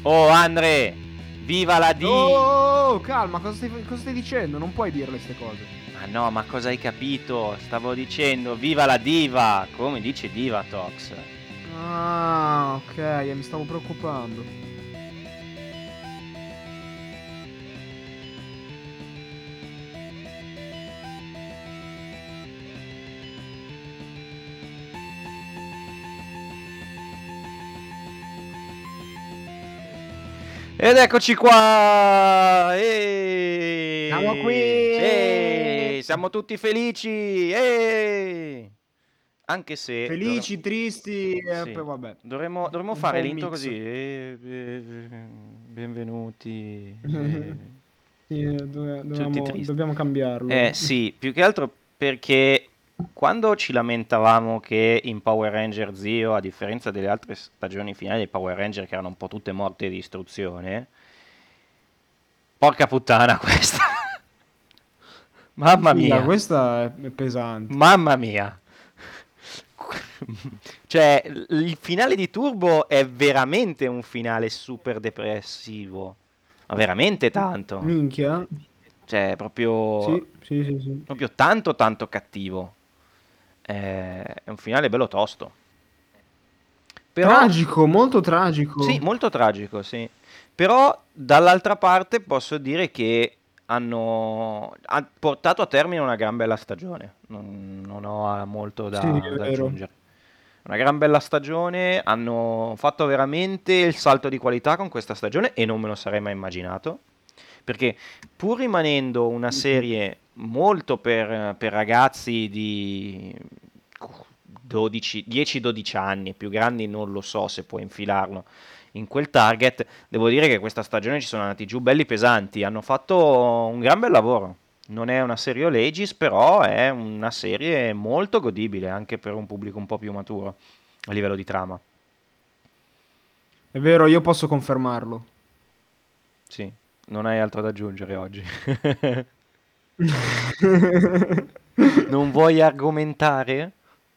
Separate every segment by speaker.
Speaker 1: Oh Andre, viva la D!
Speaker 2: Oh, calma, cosa stai dicendo? Non puoi dirle queste cose.
Speaker 1: Ma no, ma cosa hai capito? Stavo dicendo viva la diva, come dice Divatox.
Speaker 2: Ah, ok, mi stavo preoccupando.
Speaker 1: Ed eccoci qua!
Speaker 2: Siamo qui!
Speaker 1: Siamo tutti felici! Anche se
Speaker 2: Felici, tristi,
Speaker 1: sì,
Speaker 2: poi vabbè.
Speaker 1: dovremmo
Speaker 2: Un po'
Speaker 1: fare
Speaker 2: un
Speaker 1: l'intro
Speaker 2: mix.
Speaker 1: così. Benvenuti.
Speaker 2: Sì,
Speaker 1: Tutti tristi.
Speaker 2: dobbiamo cambiarlo.
Speaker 1: Sì, più che altro perché quando ci lamentavamo che in Power Ranger Zio, a differenza delle altre stagioni finali dei Power Ranger che erano un po' tutte morte di istruzione, porca puttana questa. Mamma
Speaker 2: Sì,
Speaker 1: mia,
Speaker 2: questa è pesante.
Speaker 1: mamma mia. Cioè, il finale di Turbo è veramente un finale super depressivo, ma veramente tanto.
Speaker 2: Minchia.
Speaker 1: Cioè, proprio,
Speaker 2: Sì, sì, sì, sì.
Speaker 1: proprio tanto tanto cattivo. È un finale bello tosto. Però,
Speaker 2: Tragico, molto
Speaker 1: sì,
Speaker 2: tragico.
Speaker 1: molto tragico, sì. Però, dall'altra parte, posso dire che ha portato a termine una gran bella stagione. Non ho molto
Speaker 2: Sì, è
Speaker 1: da
Speaker 2: vero.
Speaker 1: aggiungere. Una gran bella stagione, hanno fatto veramente il salto di qualità con questa stagione e non me lo sarei mai immaginato. Perché pur rimanendo una
Speaker 2: Mhm.
Speaker 1: serie molto per ragazzi di 10-12 anni, più grandi non lo so se puoi infilarlo in quel target, devo dire che questa stagione ci sono andati giù belli pesanti, hanno fatto un gran bel lavoro. Non è una serie all ages, però è una serie molto godibile anche per un pubblico un po' più maturo a livello di trama.
Speaker 2: È vero, io posso confermarlo.
Speaker 1: Sì, non hai altro da aggiungere oggi. Non vuoi argomentare?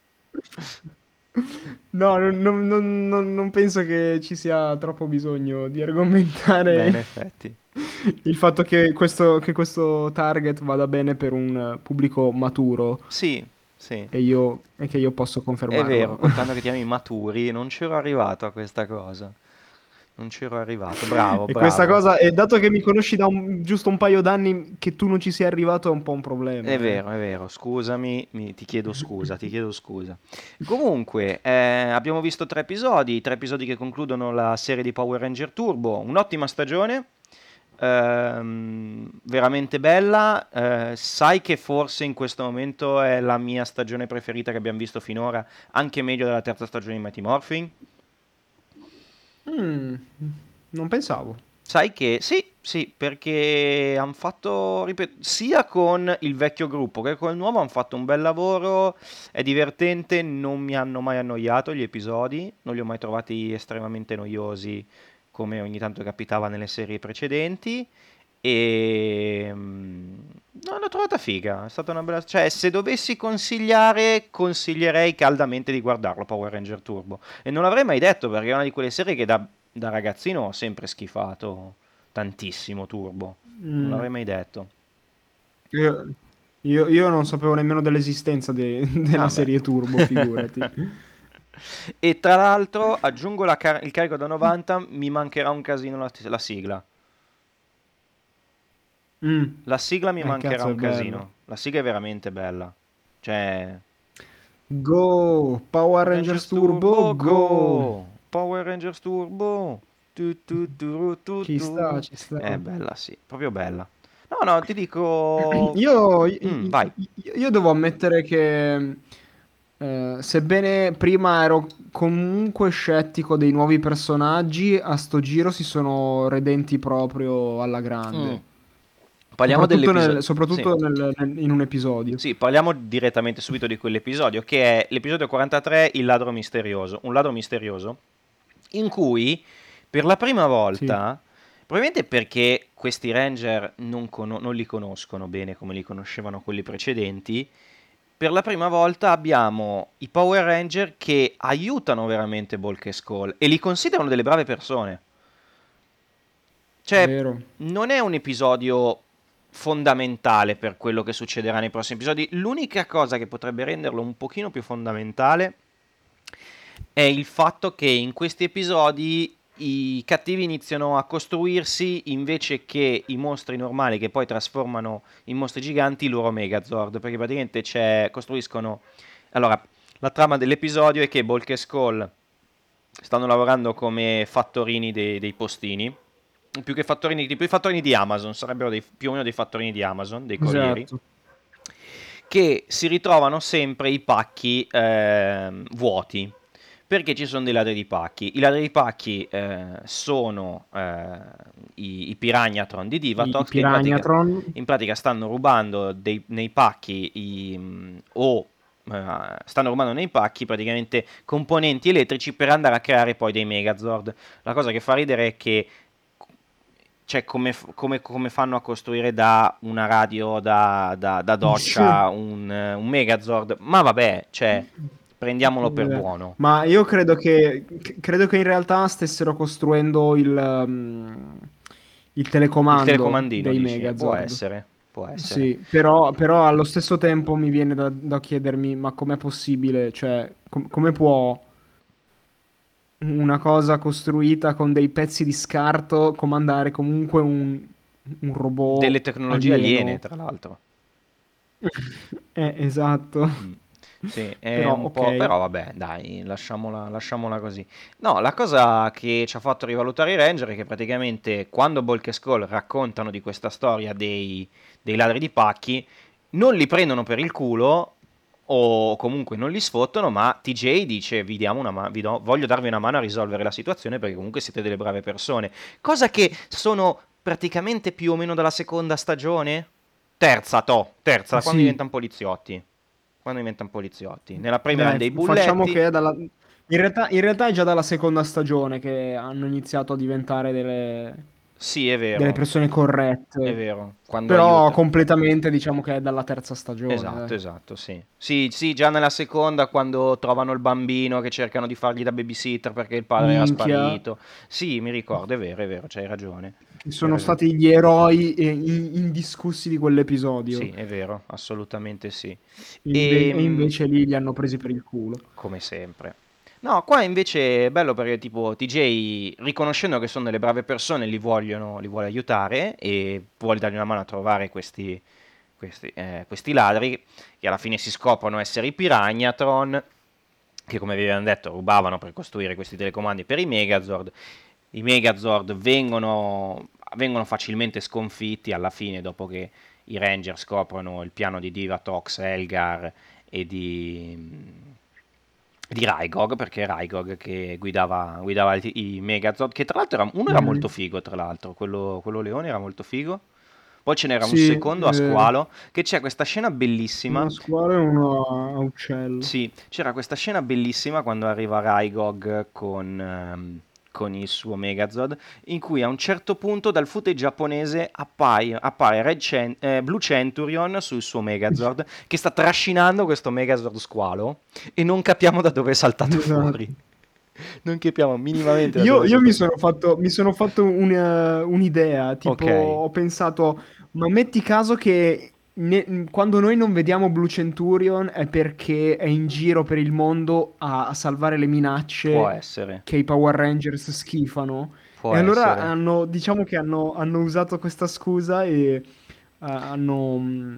Speaker 2: No, non penso che ci sia troppo bisogno di
Speaker 1: Beh, in
Speaker 2: argomentare
Speaker 1: effetti.
Speaker 2: il fatto che questo target vada bene per un pubblico maturo
Speaker 1: Sì, sì,
Speaker 2: e che io posso
Speaker 1: è vero,
Speaker 2: confermarlo.
Speaker 1: contando che ti chiami Maturi, non c'ero arrivato a questa cosa. Non c'ero arrivato. Bravo,
Speaker 2: E questa
Speaker 1: bravo.
Speaker 2: cosa, e dato che mi conosci da giusto un paio d'anni, che tu non ci sia arrivato è un po' un problema, eh.
Speaker 1: È vero, scusami, ti chiedo scusa, ti chiedo scusa. Comunque, abbiamo visto 3 episodi, 3 episodi che concludono la serie di Power Ranger Turbo, un'ottima stagione, veramente bella. Sai che forse in questo momento è la mia stagione preferita che abbiamo visto finora, anche meglio della terza stagione di Mighty Morphin?
Speaker 2: Mm, non pensavo.
Speaker 1: Sai che sì, sì, perché hanno fatto, sia con il vecchio gruppo che con il nuovo hanno fatto un bel lavoro, è divertente, non mi hanno mai annoiato gli episodi, non li ho mai trovati estremamente noiosi come ogni tanto capitava nelle serie precedenti e no, l'ho trovata figa, è stata una bella. Cioè, se dovessi consigliare, consiglierei caldamente di guardarlo Power Ranger Turbo. E non l'avrei mai detto perché è una di quelle serie che da ragazzino ho sempre schifato tantissimo Turbo. Non
Speaker 2: Mm.
Speaker 1: l'avrei mai detto.
Speaker 2: Io, io non sapevo nemmeno dell'esistenza della
Speaker 1: Ah beh.
Speaker 2: serie Turbo, figurati.
Speaker 1: E tra l'altro aggiungo il carico da 90, mi mancherà un casino la sigla.
Speaker 2: Mm.
Speaker 1: La sigla mi mancherà
Speaker 2: Cazzo, è
Speaker 1: un
Speaker 2: bello.
Speaker 1: casino. La sigla è veramente bella. Cioè,
Speaker 2: Go! Power Rangers
Speaker 1: Rangers
Speaker 2: Turbo,
Speaker 1: Turbo,
Speaker 2: go!
Speaker 1: go! Power Rangers Turbo.
Speaker 2: Ci sta,
Speaker 1: Tu.
Speaker 2: ci sta.
Speaker 1: È bella, sì, proprio bella. No, no, ti dico.
Speaker 2: Io,
Speaker 1: Vai.
Speaker 2: io devo ammettere che, sebbene prima ero comunque scettico dei nuovi personaggi, a sto giro si sono redenti proprio alla
Speaker 1: Mm.
Speaker 2: grande.
Speaker 1: Parliamo dell'episodio. Sì.
Speaker 2: Soprattutto in un episodio.
Speaker 1: Sì, parliamo direttamente subito di quell'episodio, che è l'episodio 43, Il ladro misterioso. Un ladro misterioso in cui per la prima
Speaker 2: Sì.
Speaker 1: volta, probabilmente perché questi ranger non li conoscono bene come li conoscevano quelli precedenti, per la prima volta abbiamo i Power Ranger che aiutano veramente Bulk e Skull e li considerano delle brave persone. Cioè,
Speaker 2: vero.
Speaker 1: non è un episodio fondamentale per quello che succederà nei prossimi episodi. L'unica cosa che potrebbe renderlo un pochino più fondamentale è il fatto che in questi episodi i cattivi iniziano a costruirsi invece che i mostri normali che poi trasformano in mostri giganti i loro Megazord, perché praticamente costruiscono. Allora, la trama dell'episodio è che Bulk e Skull stanno lavorando come fattorini dei postini, più che fattorini, tipo i fattorini di Amazon, sarebbero più o meno dei fattorini di Amazon, dei corrieri,
Speaker 2: Esatto.
Speaker 1: che si ritrovano sempre i pacchi vuoti, perché ci sono dei ladri di pacchi. I ladri di pacchi sono i Piranhatron di
Speaker 2: I
Speaker 1: Divatox, che
Speaker 2: Piranhatron.
Speaker 1: in pratica stanno rubando nei pacchi stanno rubando nei pacchi praticamente componenti elettrici per andare a creare poi dei Megazord. La cosa che fa ridere è che cioè, come fanno a costruire da una radio da doccia
Speaker 2: Sì.
Speaker 1: un Megazord? Ma vabbè, cioè, prendiamolo per buono.
Speaker 2: Ma io credo che in realtà stessero costruendo il
Speaker 1: Il
Speaker 2: telecomando
Speaker 1: telecomandino,
Speaker 2: dei
Speaker 1: dici? Può
Speaker 2: Megazord.
Speaker 1: essere, può essere.
Speaker 2: Sì, però allo stesso tempo mi viene da chiedermi, ma com'è possibile? Cioè, come può una cosa costruita con dei pezzi di scarto comandare comunque un
Speaker 1: Delle
Speaker 2: robot
Speaker 1: tecnologie aliene,
Speaker 2: alieno?
Speaker 1: tra l'altro.
Speaker 2: Esatto.
Speaker 1: Mm. Sì, è
Speaker 2: Però,
Speaker 1: un po',
Speaker 2: ok.
Speaker 1: però vabbè, dai, lasciamola così. No, la cosa che ci ha fatto rivalutare i Ranger è che praticamente quando Bulk e Skull raccontano di questa storia dei ladri di pacchi, non li prendono per il culo o comunque non li sfottono, ma TJ dice vi diamo voglio darvi una mano a risolvere la situazione perché comunque siete delle brave persone. Cosa che sono praticamente più o meno dalla seconda stagione? Terza, quando
Speaker 2: Sì,
Speaker 1: diventano poliziotti. Quando diventano poliziotti. Nella prima erano dei
Speaker 2: facciamo
Speaker 1: bulletti.
Speaker 2: che è dalla. In realtà è già dalla seconda stagione che hanno iniziato a diventare
Speaker 1: Sì, è
Speaker 2: delle
Speaker 1: vero,
Speaker 2: persone
Speaker 1: è
Speaker 2: corrette.
Speaker 1: vero. Quando
Speaker 2: Però
Speaker 1: aiuta.
Speaker 2: completamente diciamo che è dalla terza stagione,
Speaker 1: Esatto,
Speaker 2: dai.
Speaker 1: esatto, sì. Sì, sì, già nella seconda, quando trovano il bambino che cercano di fargli da babysitter perché il padre era
Speaker 2: Minchia,
Speaker 1: sparito. Sì, mi ricordo, è vero, c'hai ragione.
Speaker 2: che
Speaker 1: C'hai
Speaker 2: sono
Speaker 1: ragione.
Speaker 2: stati gli eroi indiscussi di quell'episodio.
Speaker 1: Sì, è vero, assolutamente sì.
Speaker 2: E
Speaker 1: E,
Speaker 2: invece lì li hanno presi per il culo.
Speaker 1: come sempre. No, qua invece è bello perché tipo TJ, riconoscendo che sono delle brave persone, li vuole aiutare e vuole dargli una mano a trovare questi ladri, che alla fine si scoprono essere i Piranhatron, che come vi abbiamo detto rubavano per costruire questi telecomandi per i Megazord. I Megazord vengono facilmente sconfitti alla fine, dopo che i Ranger scoprono il piano di Divatox, Elgar e di Raigog, perché è Raigog che guidava i Megazord, che tra l'altro uno era molto
Speaker 2: Mhm.
Speaker 1: figo, tra l'altro, quello leone era molto figo. Poi ce n'era un
Speaker 2: Sì,
Speaker 1: secondo a squalo, che c'è questa scena
Speaker 2: uno
Speaker 1: bellissima.
Speaker 2: a squalo e uno a uccello.
Speaker 1: Sì, c'era questa scena bellissima quando arriva Raigog con il suo Megazord, in cui a un certo punto dal footage giapponese appare Blue Centurion sul suo Megazord, che sta trascinando questo Megazord squalo e non capiamo da dove è saltato
Speaker 2: Esatto.
Speaker 1: fuori. Non capiamo minimamente da dove
Speaker 2: Io,
Speaker 1: è
Speaker 2: io mi
Speaker 1: saltato fuori.
Speaker 2: sono fatto, mi sono fatto un'idea, tipo
Speaker 1: Ok,
Speaker 2: ho pensato, ma metti caso che quando noi non vediamo Blue Centurion è perché è in giro per il mondo a salvare le
Speaker 1: può
Speaker 2: minacce
Speaker 1: essere,
Speaker 2: che i Power Rangers schifano.
Speaker 1: può
Speaker 2: E allora
Speaker 1: essere.
Speaker 2: diciamo che hanno usato questa scusa e hanno,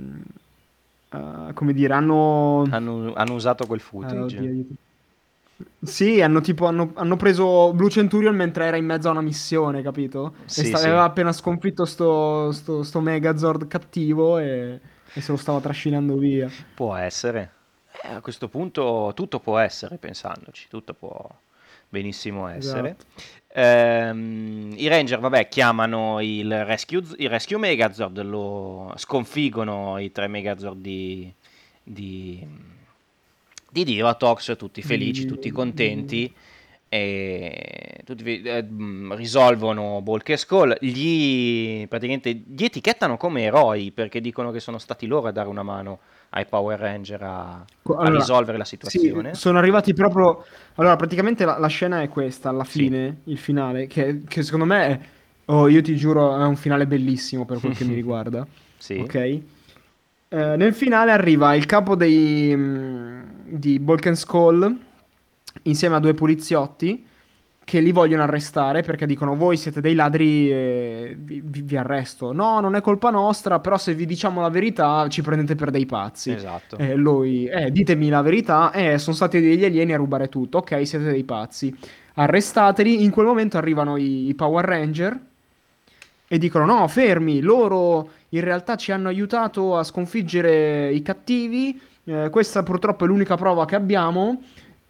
Speaker 2: come dire,
Speaker 1: Hanno usato quel footage.
Speaker 2: oddio, aiuto. Sì, hanno preso Blue Centurion mentre era in mezzo a una missione, capito? E
Speaker 1: Sì, sì.
Speaker 2: aveva appena sconfitto sto Megazord cattivo e se lo stava trascinando via.
Speaker 1: Può essere. A questo punto tutto può essere, pensandoci, tutto può benissimo essere.
Speaker 2: Esatto.
Speaker 1: I Ranger, vabbè, chiamano il Rescue Megazord, lo sconfiggono i tre Megazord di, di Divatox, tutti
Speaker 2: Di-
Speaker 1: felici,
Speaker 2: di-
Speaker 1: tutti
Speaker 2: di-
Speaker 1: contenti, e risolvono Bulk e Skull, praticamente gli etichettano come eroi perché dicono che sono stati loro a dare una mano ai Power Ranger a
Speaker 2: Allora,
Speaker 1: risolvere la
Speaker 2: sì,
Speaker 1: situazione.
Speaker 2: sono arrivati proprio. Allora, praticamente la scena è questa, alla
Speaker 1: Sì,
Speaker 2: fine, il finale, che secondo me Oh, io ti giuro, è un finale bellissimo per quel che mi riguarda.
Speaker 1: Sì,
Speaker 2: Ok? Nel finale arriva il capo di Balkan Skull insieme a due poliziotti che li vogliono arrestare perché dicono voi siete dei ladri e vi arresto. No, non è colpa nostra, però se vi diciamo la verità ci prendete per dei pazzi.
Speaker 1: esatto.
Speaker 2: Lui, ditemi la verità, sono stati degli alieni a rubare tutto. Ok, siete dei pazzi. Arrestateli. In quel momento arrivano i Power Ranger e dicono: No, fermi, loro in realtà ci hanno aiutato a sconfiggere i cattivi. Questa purtroppo è l'unica prova che abbiamo.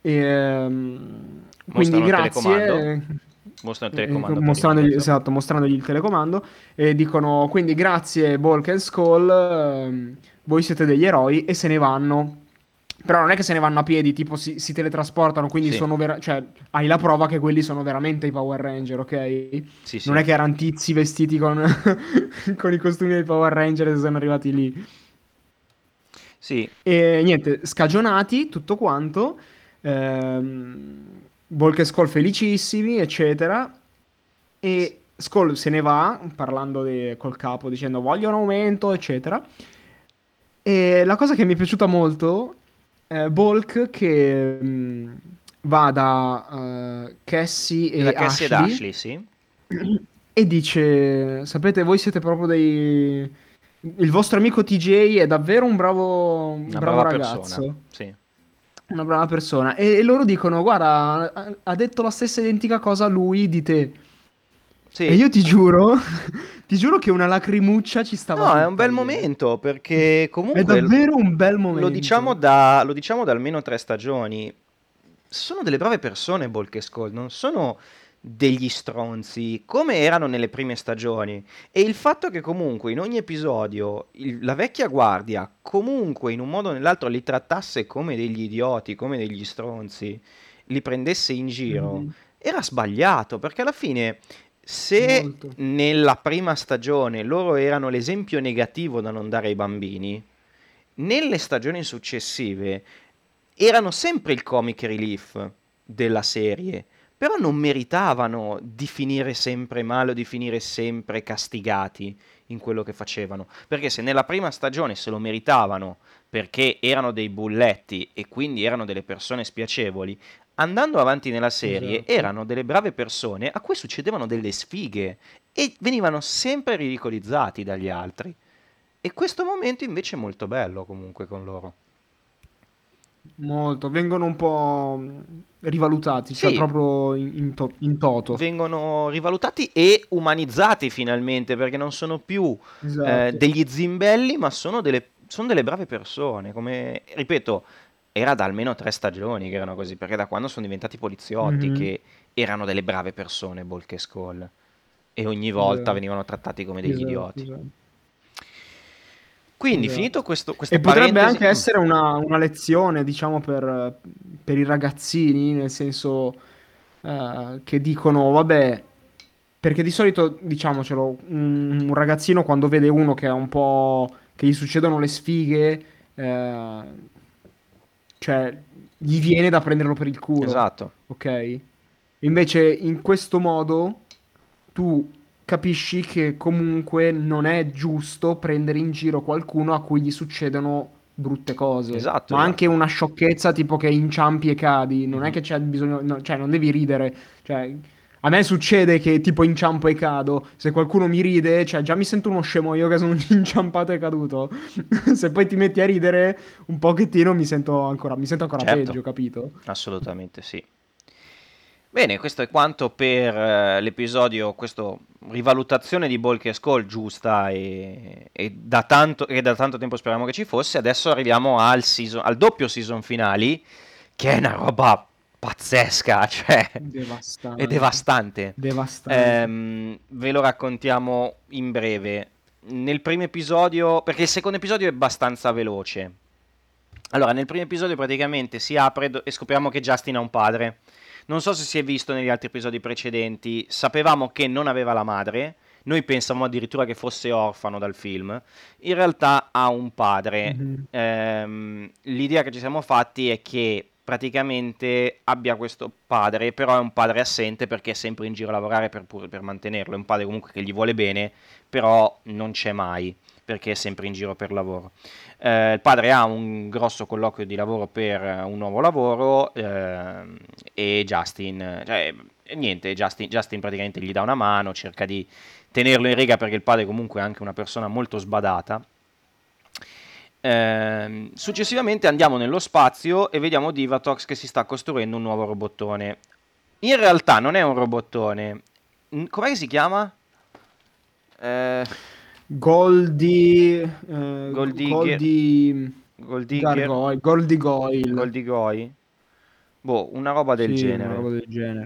Speaker 2: Quindi
Speaker 1: Mostrano il telecomando.
Speaker 2: grazie.
Speaker 1: Mostrano il telecomando perimetro.
Speaker 2: Esatto, mostrandogli il telecomando. E dicono: Quindi grazie, Bulk and Skull. Voi siete degli eroi e se ne vanno. Però non è che se ne vanno a piedi, tipo si teletrasportano, quindi
Speaker 1: Sì,
Speaker 2: sono cioè hai la prova che quelli sono veramente i Power Ranger, ok?
Speaker 1: sì,
Speaker 2: Non
Speaker 1: sì.
Speaker 2: è che erano tizi vestiti con, con i costumi dei Power Ranger e sono arrivati lì.
Speaker 1: Sì,
Speaker 2: E niente, scagionati, tutto quanto. Bulk e Skull felicissimi, eccetera. E Skull se ne va, parlando col capo, dicendo voglio un aumento, eccetera. E la cosa che mi è piaciuta molto è Bulk che va da Cassie
Speaker 1: da
Speaker 2: e
Speaker 1: Cassie ed
Speaker 2: Ashley
Speaker 1: Ashley, sì.
Speaker 2: e dice: Sapete, voi siete proprio dei. Il vostro amico TJ è davvero un
Speaker 1: Una
Speaker 2: bravo
Speaker 1: brava persona,
Speaker 2: ragazzo,
Speaker 1: sì.
Speaker 2: una brava persona. E loro dicono: Guarda, ha detto la stessa identica cosa lui di te. E
Speaker 1: Sì,
Speaker 2: io ti giuro, ti giuro che una lacrimuccia ci stava
Speaker 1: no, è un
Speaker 2: tutta
Speaker 1: bel
Speaker 2: lì, eh.
Speaker 1: momento perché
Speaker 2: È
Speaker 1: comunque
Speaker 2: davvero un bel momento.
Speaker 1: lo diciamo da almeno 3 stagioni. Sono delle brave persone, Bulk e Skull, non sono degli stronzi come erano nelle prime stagioni. E il fatto che comunque in ogni episodio la vecchia guardia comunque in un modo o nell'altro li trattasse come degli idioti, come degli stronzi, li prendesse in giro,
Speaker 2: Mhm.
Speaker 1: era sbagliato perché alla fine se
Speaker 2: Molto.
Speaker 1: nella prima stagione loro erano l'esempio negativo da non dare ai bambini, nelle stagioni successive erano sempre il comic relief della serie, però non meritavano di finire sempre male o di finire sempre castigati in quello che facevano, perché se nella prima stagione se lo meritavano perché erano dei bulletti e quindi erano delle persone spiacevoli, andando avanti nella serie
Speaker 2: Esatto.
Speaker 1: erano delle brave persone a cui succedevano delle sfighe e venivano sempre ridicolizzati dagli altri. E questo momento invece è molto bello comunque con loro.
Speaker 2: Molto. Vengono un po' rivalutati, cioè
Speaker 1: Sì,
Speaker 2: proprio in toto.
Speaker 1: vengono rivalutati e umanizzati finalmente perché non sono più
Speaker 2: Esatto.
Speaker 1: degli zimbelli, ma sono delle brave persone. Come ripeto, era da almeno 3 stagioni che erano così, perché da quando sono diventati poliziotti
Speaker 2: Mhm.
Speaker 1: che erano delle brave persone, Bulk e Skull, e ogni volta
Speaker 2: Esatto.
Speaker 1: venivano trattati come degli
Speaker 2: Esatto.
Speaker 1: idioti.
Speaker 2: Esatto.
Speaker 1: Quindi, finito
Speaker 2: Esatto.
Speaker 1: questa
Speaker 2: E potrebbe
Speaker 1: parentesi,
Speaker 2: anche essere una lezione, diciamo, per i ragazzini, nel senso che dicono, vabbè, perché di solito, diciamocelo, un ragazzino quando vede uno che è un po', che gli succedono le sfighe, eh, cioè, gli viene da prenderlo per il culo,
Speaker 1: esatto,
Speaker 2: ok? Invece in questo modo tu capisci che comunque non è giusto prendere in giro qualcuno a cui gli succedono brutte cose,
Speaker 1: esatto,
Speaker 2: ma anche
Speaker 1: esatto.
Speaker 2: una sciocchezza tipo che inciampi e cadi, non è
Speaker 1: Mhm.
Speaker 2: che c'è bisogno, cioè non devi ridere, cioè a me succede che tipo inciampo e cado, se qualcuno mi ride, cioè già mi sento uno scemo io che sono inciampato e caduto, se poi ti metti a ridere un pochettino mi sento ancora
Speaker 1: Certo,
Speaker 2: peggio, capito?
Speaker 1: assolutamente sì. Bene, questo è quanto per l'episodio, questa rivalutazione di Bulk e Skull giusta e da tanto tempo speravamo che ci fosse. Adesso arriviamo al doppio season finale, che è una roba pazzesca, cioè è
Speaker 2: Devastante,
Speaker 1: devastante.
Speaker 2: devastante.
Speaker 1: Ve lo raccontiamo in breve. Nel primo episodio, perché il secondo episodio è abbastanza veloce. Allora, nel primo episodio praticamente si apre e scopriamo che Justin ha un padre. Non so se si è visto negli altri episodi precedenti, sapevamo che non aveva la madre, noi pensavamo addirittura che fosse orfano dal film, in realtà ha un padre.
Speaker 2: Mhm.
Speaker 1: L'idea che ci siamo fatti è che praticamente abbia questo padre, però è un padre assente perché è sempre in giro a lavorare per mantenerlo, è un padre comunque che gli vuole bene, però non c'è mai perché è sempre in giro per lavoro. Il padre ha un grosso colloquio di lavoro per un nuovo lavoro e Justin, cioè, niente, Justin praticamente gli dà una mano, cerca di tenerlo in riga perché il padre comunque è anche una persona molto sbadata. Successivamente andiamo nello spazio e vediamo Divatox che si sta costruendo un nuovo robottone. In realtà non è un robottone. Com'è che si chiama? Eh,
Speaker 2: Goldie,
Speaker 1: Goldigger.
Speaker 2: Goldie
Speaker 1: Goldigger.
Speaker 2: Gargoyle, Goldie Goyle.
Speaker 1: Goldigoi. Boh, una roba del
Speaker 2: Sì, una
Speaker 1: genere.
Speaker 2: roba del genere.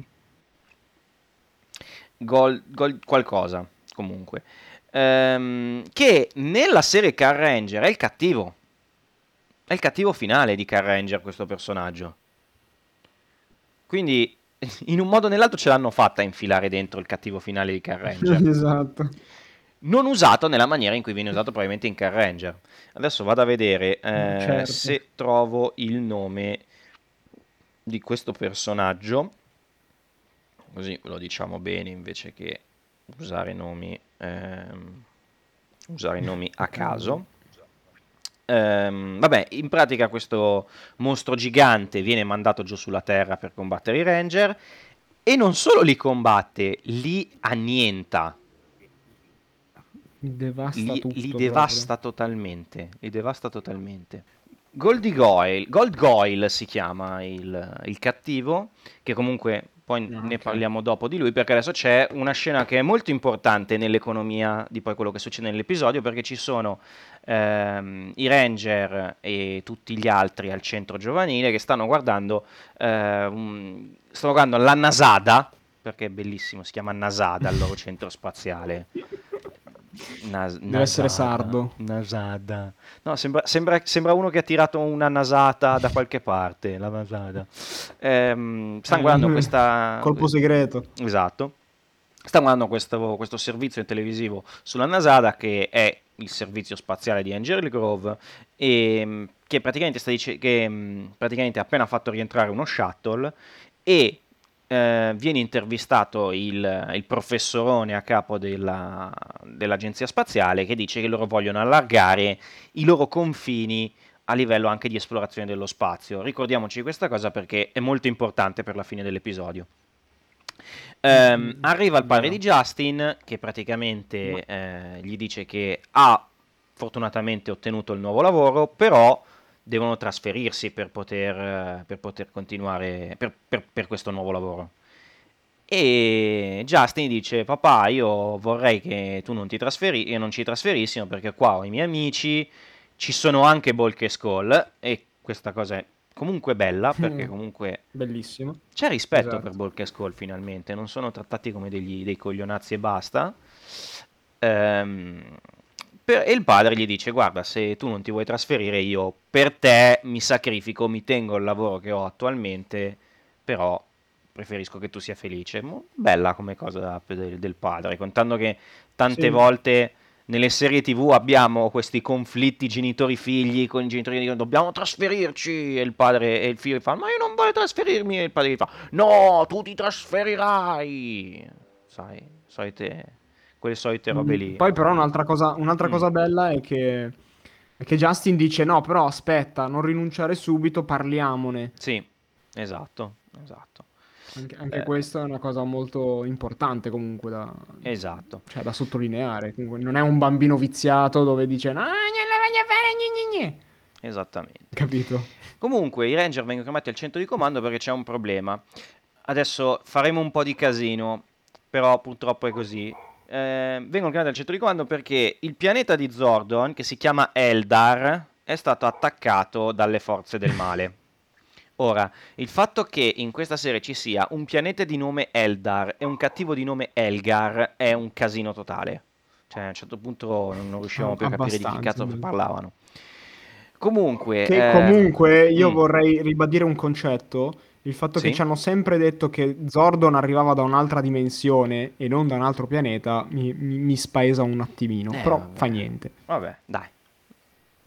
Speaker 1: Qualcosa, comunque. Che nella serie Car Ranger è il cattivo. È il cattivo finale di Car Ranger questo personaggio. Quindi, in un modo o nell'altro ce l'hanno fatta a infilare dentro il cattivo finale di Car Ranger.
Speaker 2: Esatto.
Speaker 1: Non usato nella maniera in cui viene usato probabilmente in Car Ranger. Adesso vado a vedere
Speaker 2: Certo.
Speaker 1: se trovo il nome di questo personaggio. Così lo diciamo bene invece che usare nomi, usare nomi a caso. Vabbè, in pratica questo mostro gigante viene mandato giù sulla Terra per combattere i Ranger e non solo li combatte, li annienta,
Speaker 2: Devasta
Speaker 1: li
Speaker 2: tutto proprio.
Speaker 1: devasta totalmente, li devasta totalmente. Gold Goyle si chiama il cattivo, che comunque poi ne
Speaker 2: Ok.
Speaker 1: parliamo dopo di lui, perché adesso c'è una scena che è molto importante nell'economia di poi quello che succede nell'episodio, perché ci sono i Ranger e tutti gli altri al centro giovanile che stanno guardando la Nasada, perché è bellissimo, si chiama Nasada il loro centro spaziale.
Speaker 2: Deve essere
Speaker 1: Nasada,
Speaker 2: sardo.
Speaker 1: Nasada. No, sembra uno che ha tirato una nasata da qualche parte, la nasata. Stanno guardando questa.
Speaker 2: Colpo segreto.
Speaker 1: Esatto. Stanno guardando questo servizio televisivo sulla Nasada, che è il servizio spaziale di Angel Grove, e che praticamente praticamente ha appena fatto rientrare uno shuttle e viene intervistato il professorone a capo dell'agenzia spaziale che dice che loro vogliono allargare i loro confini a livello anche di esplorazione dello spazio. Ricordiamoci questa cosa perché è molto importante per la fine dell'episodio. Arriva il padre di
Speaker 2: Vero.
Speaker 1: Justin che praticamente gli dice che ha fortunatamente ottenuto il nuovo lavoro, però devono trasferirsi per poter continuare per questo nuovo lavoro. E Justin dice: Papà, io vorrei che tu io non ci trasferissimo perché qua ho i miei amici, ci sono anche Bulk e Skull. E questa cosa è comunque bella perché comunque
Speaker 2: Bellissimo.
Speaker 1: c'è rispetto per
Speaker 2: Esatto.
Speaker 1: Bulk e Skull finalmente, non sono trattati come dei coglionazzi e basta. Ehm, e il padre gli dice: Guarda, se tu non ti vuoi trasferire, io per te mi sacrifico, mi tengo il lavoro che ho attualmente, però preferisco che tu sia felice. Bella come cosa del padre, contando che tante
Speaker 2: Sì.
Speaker 1: volte nelle serie TV abbiamo questi conflitti genitori-figli con i genitori che dicono dobbiamo trasferirci e il padre e il figlio fanno ma io non voglio trasferirmi e il padre gli fa no, tu ti trasferirai. Sai, quelle solite robe lì.
Speaker 2: Poi però un'altra
Speaker 1: Mm,
Speaker 2: cosa bella è che Justin dice no, però aspetta, non rinunciare subito, parliamone.
Speaker 1: sì, esatto, esatto.
Speaker 2: Anche
Speaker 1: Eh,
Speaker 2: questa è una cosa molto importante comunque
Speaker 1: esatto,
Speaker 2: cioè, da sottolineare. Comunque, non è un bambino viziato dove dice no, non la voglio fare, gne, gne, gne.
Speaker 1: esattamente.
Speaker 2: Capito?
Speaker 1: Comunque i Ranger vengono chiamati al centro di comando perché c'è un problema. Adesso faremo un po' di casino, però purtroppo è così. Vengono chiamati al centro di comando perché il pianeta di Zordon, che si chiama Eldar, è stato attaccato dalle forze del male. Ora, il fatto che in questa serie ci sia un pianeta di nome Eldar e un cattivo di nome Elgar è un casino totale. Cioè, a un certo punto non riuscivamo più a capire di chi
Speaker 2: Abbastanza.
Speaker 1: cazzo parlavano. Comunque,
Speaker 2: Che comunque io
Speaker 1: mm,
Speaker 2: vorrei ribadire un concetto, il fatto che
Speaker 1: sì?
Speaker 2: ci hanno sempre detto che Zordon arrivava da un'altra dimensione e non da un altro pianeta, mi spaesa un attimino, però fa
Speaker 1: Vabbè.
Speaker 2: niente.
Speaker 1: Vabbè, dai.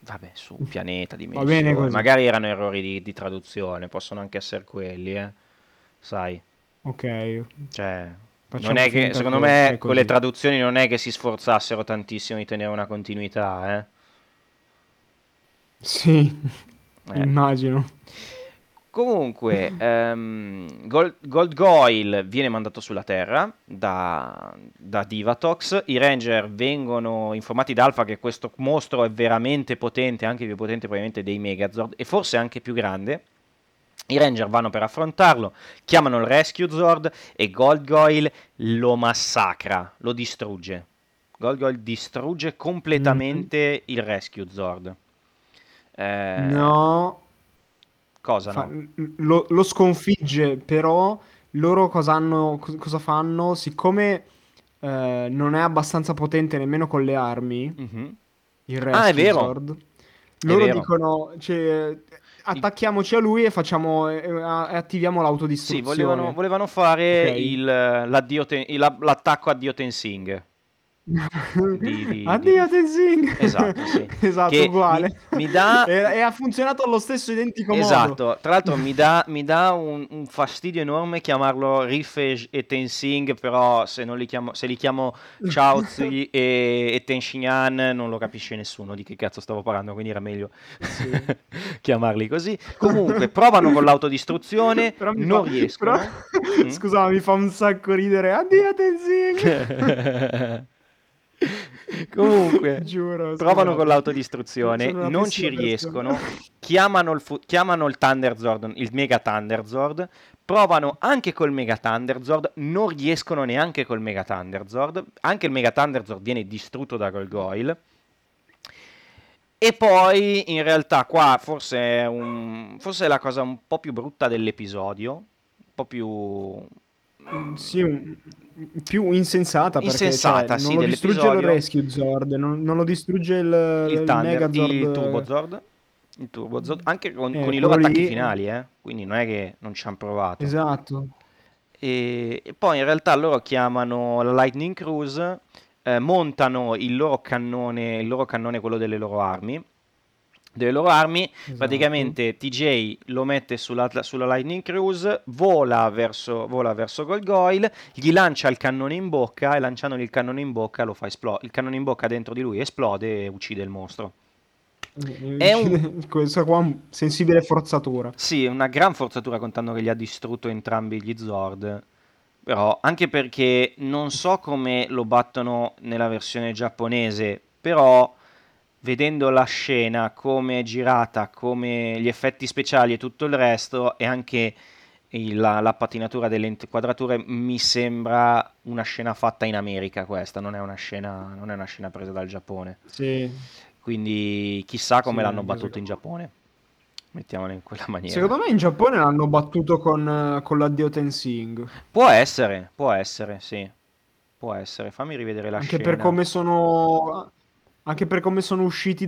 Speaker 1: vabbè, su un pianeta
Speaker 2: Va bene
Speaker 1: dimensione.
Speaker 2: così.
Speaker 1: Magari erano errori di traduzione, possono anche essere quelli, sai.
Speaker 2: Ok,
Speaker 1: Cioè, non
Speaker 2: facciamo
Speaker 1: è che,
Speaker 2: finta
Speaker 1: secondo
Speaker 2: che è
Speaker 1: me, con le
Speaker 2: così.
Speaker 1: traduzioni non è che si sforzassero tantissimo di tenere una continuità, eh.
Speaker 2: Sì,
Speaker 1: Eh.
Speaker 2: immagino.
Speaker 1: Comunque, Gold Goyle viene mandato sulla Terra da Divatox. I Ranger vengono informati da Alpha che questo mostro è veramente potente, anche più potente probabilmente dei Megazord, e forse anche più grande. I Ranger vanno per affrontarlo, chiamano il Rescue Zord e Gold Goyle lo massacra, lo distrugge. Gold Goyle distrugge
Speaker 2: Mhm.
Speaker 1: completamente il Rescue Zord. Eh,
Speaker 2: No,
Speaker 1: cosa no?
Speaker 2: lo sconfigge, però loro cosa fanno? Siccome non è abbastanza potente nemmeno con le armi,
Speaker 1: Mhm.
Speaker 2: il
Speaker 1: Ah, è
Speaker 2: Rescue
Speaker 1: vero,
Speaker 2: Zord,
Speaker 1: è
Speaker 2: loro
Speaker 1: vero.
Speaker 2: dicono, cioè,
Speaker 1: Il-
Speaker 2: attacchiamoci a lui e e attiviamo
Speaker 1: sì, volevano,
Speaker 2: l'autodistruzione.
Speaker 1: volevano fare
Speaker 2: Ok?
Speaker 1: l'attacco a Dio Tenzing.
Speaker 2: Addio Tenzing!
Speaker 1: Esatto, sì.
Speaker 2: Esatto,
Speaker 1: Che
Speaker 2: uguale.
Speaker 1: mi dà.
Speaker 2: E ha funzionato allo stesso identico modo.
Speaker 1: Esatto, tra l'altro mi dà un fastidio enorme chiamarlo Riff e Tenzing, però se li chiamo Chaozi e Tenshinhan non lo capisce nessuno di che cazzo stavo parlando, quindi era meglio
Speaker 2: Sì.
Speaker 1: chiamarli così. Comunque, provano con l'autodistruzione,
Speaker 2: Però mi fa...
Speaker 1: non
Speaker 2: Però...
Speaker 1: riescono. Mm?
Speaker 2: Scusa, mi fa un sacco ridere. Addio Tenzing!
Speaker 1: Comunque,
Speaker 2: Giuro,
Speaker 1: provano con
Speaker 2: scusate.
Speaker 1: l'autodistruzione,
Speaker 2: Sono una
Speaker 1: non ci
Speaker 2: pessima persona.
Speaker 1: riescono, chiamano il Thunderzord, il Mega Thunderzord, provano anche col Mega Thunderzord, non riescono neanche col Mega Thunderzord, anche il Mega Thunderzord viene distrutto da Golgoyle. E poi in realtà qua forse è la cosa un po' più brutta dell'episodio, un po' più
Speaker 2: Sì, più insensata perché, cioè,
Speaker 1: insensata,
Speaker 2: non
Speaker 1: sì,
Speaker 2: lo distrugge il
Speaker 1: dell'episodio.
Speaker 2: Rescue Zord, non lo distrugge il
Speaker 1: Il
Speaker 2: Megazord,
Speaker 1: Turbozord, anche con i loro
Speaker 2: quello
Speaker 1: attacchi
Speaker 2: lì.
Speaker 1: finali, quindi non è che non ci hanno provato.
Speaker 2: Esatto.
Speaker 1: E poi in realtà loro chiamano la Lightning Cruise, montano il loro cannone, quello delle loro armi.
Speaker 2: Esatto.
Speaker 1: Praticamente TJ lo mette sulla Lightning Cruise, vola verso Golgoyle, gli lancia il cannone in bocca e lanciandogli il cannone in bocca lo fa esplodere. Il cannone in bocca dentro di lui esplode e uccide il mostro. È un
Speaker 2: Questa qua è un sensibile forzatura.
Speaker 1: Sì, una gran forzatura contando che li ha distrutto entrambi gli Zord. Però, anche perché non so come lo battono nella versione giapponese, però vedendo la scena, come è girata, come gli effetti speciali e tutto il resto, e anche la patinatura delle inquadrature, mi sembra una scena fatta in America questa, non è una scena presa dal Giappone.
Speaker 2: Sì,
Speaker 1: Quindi chissà come
Speaker 2: sì,
Speaker 1: l'hanno
Speaker 2: anche
Speaker 1: battuto in
Speaker 2: secondo me.
Speaker 1: Giappone. Mettiamola in quella maniera.
Speaker 2: Secondo me in Giappone l'hanno battuto con l'addio Tensing.
Speaker 1: Può essere, sì. Può essere. Fammi rivedere la
Speaker 2: Anche per
Speaker 1: scena.
Speaker 2: come sono. Anche per come sono usciti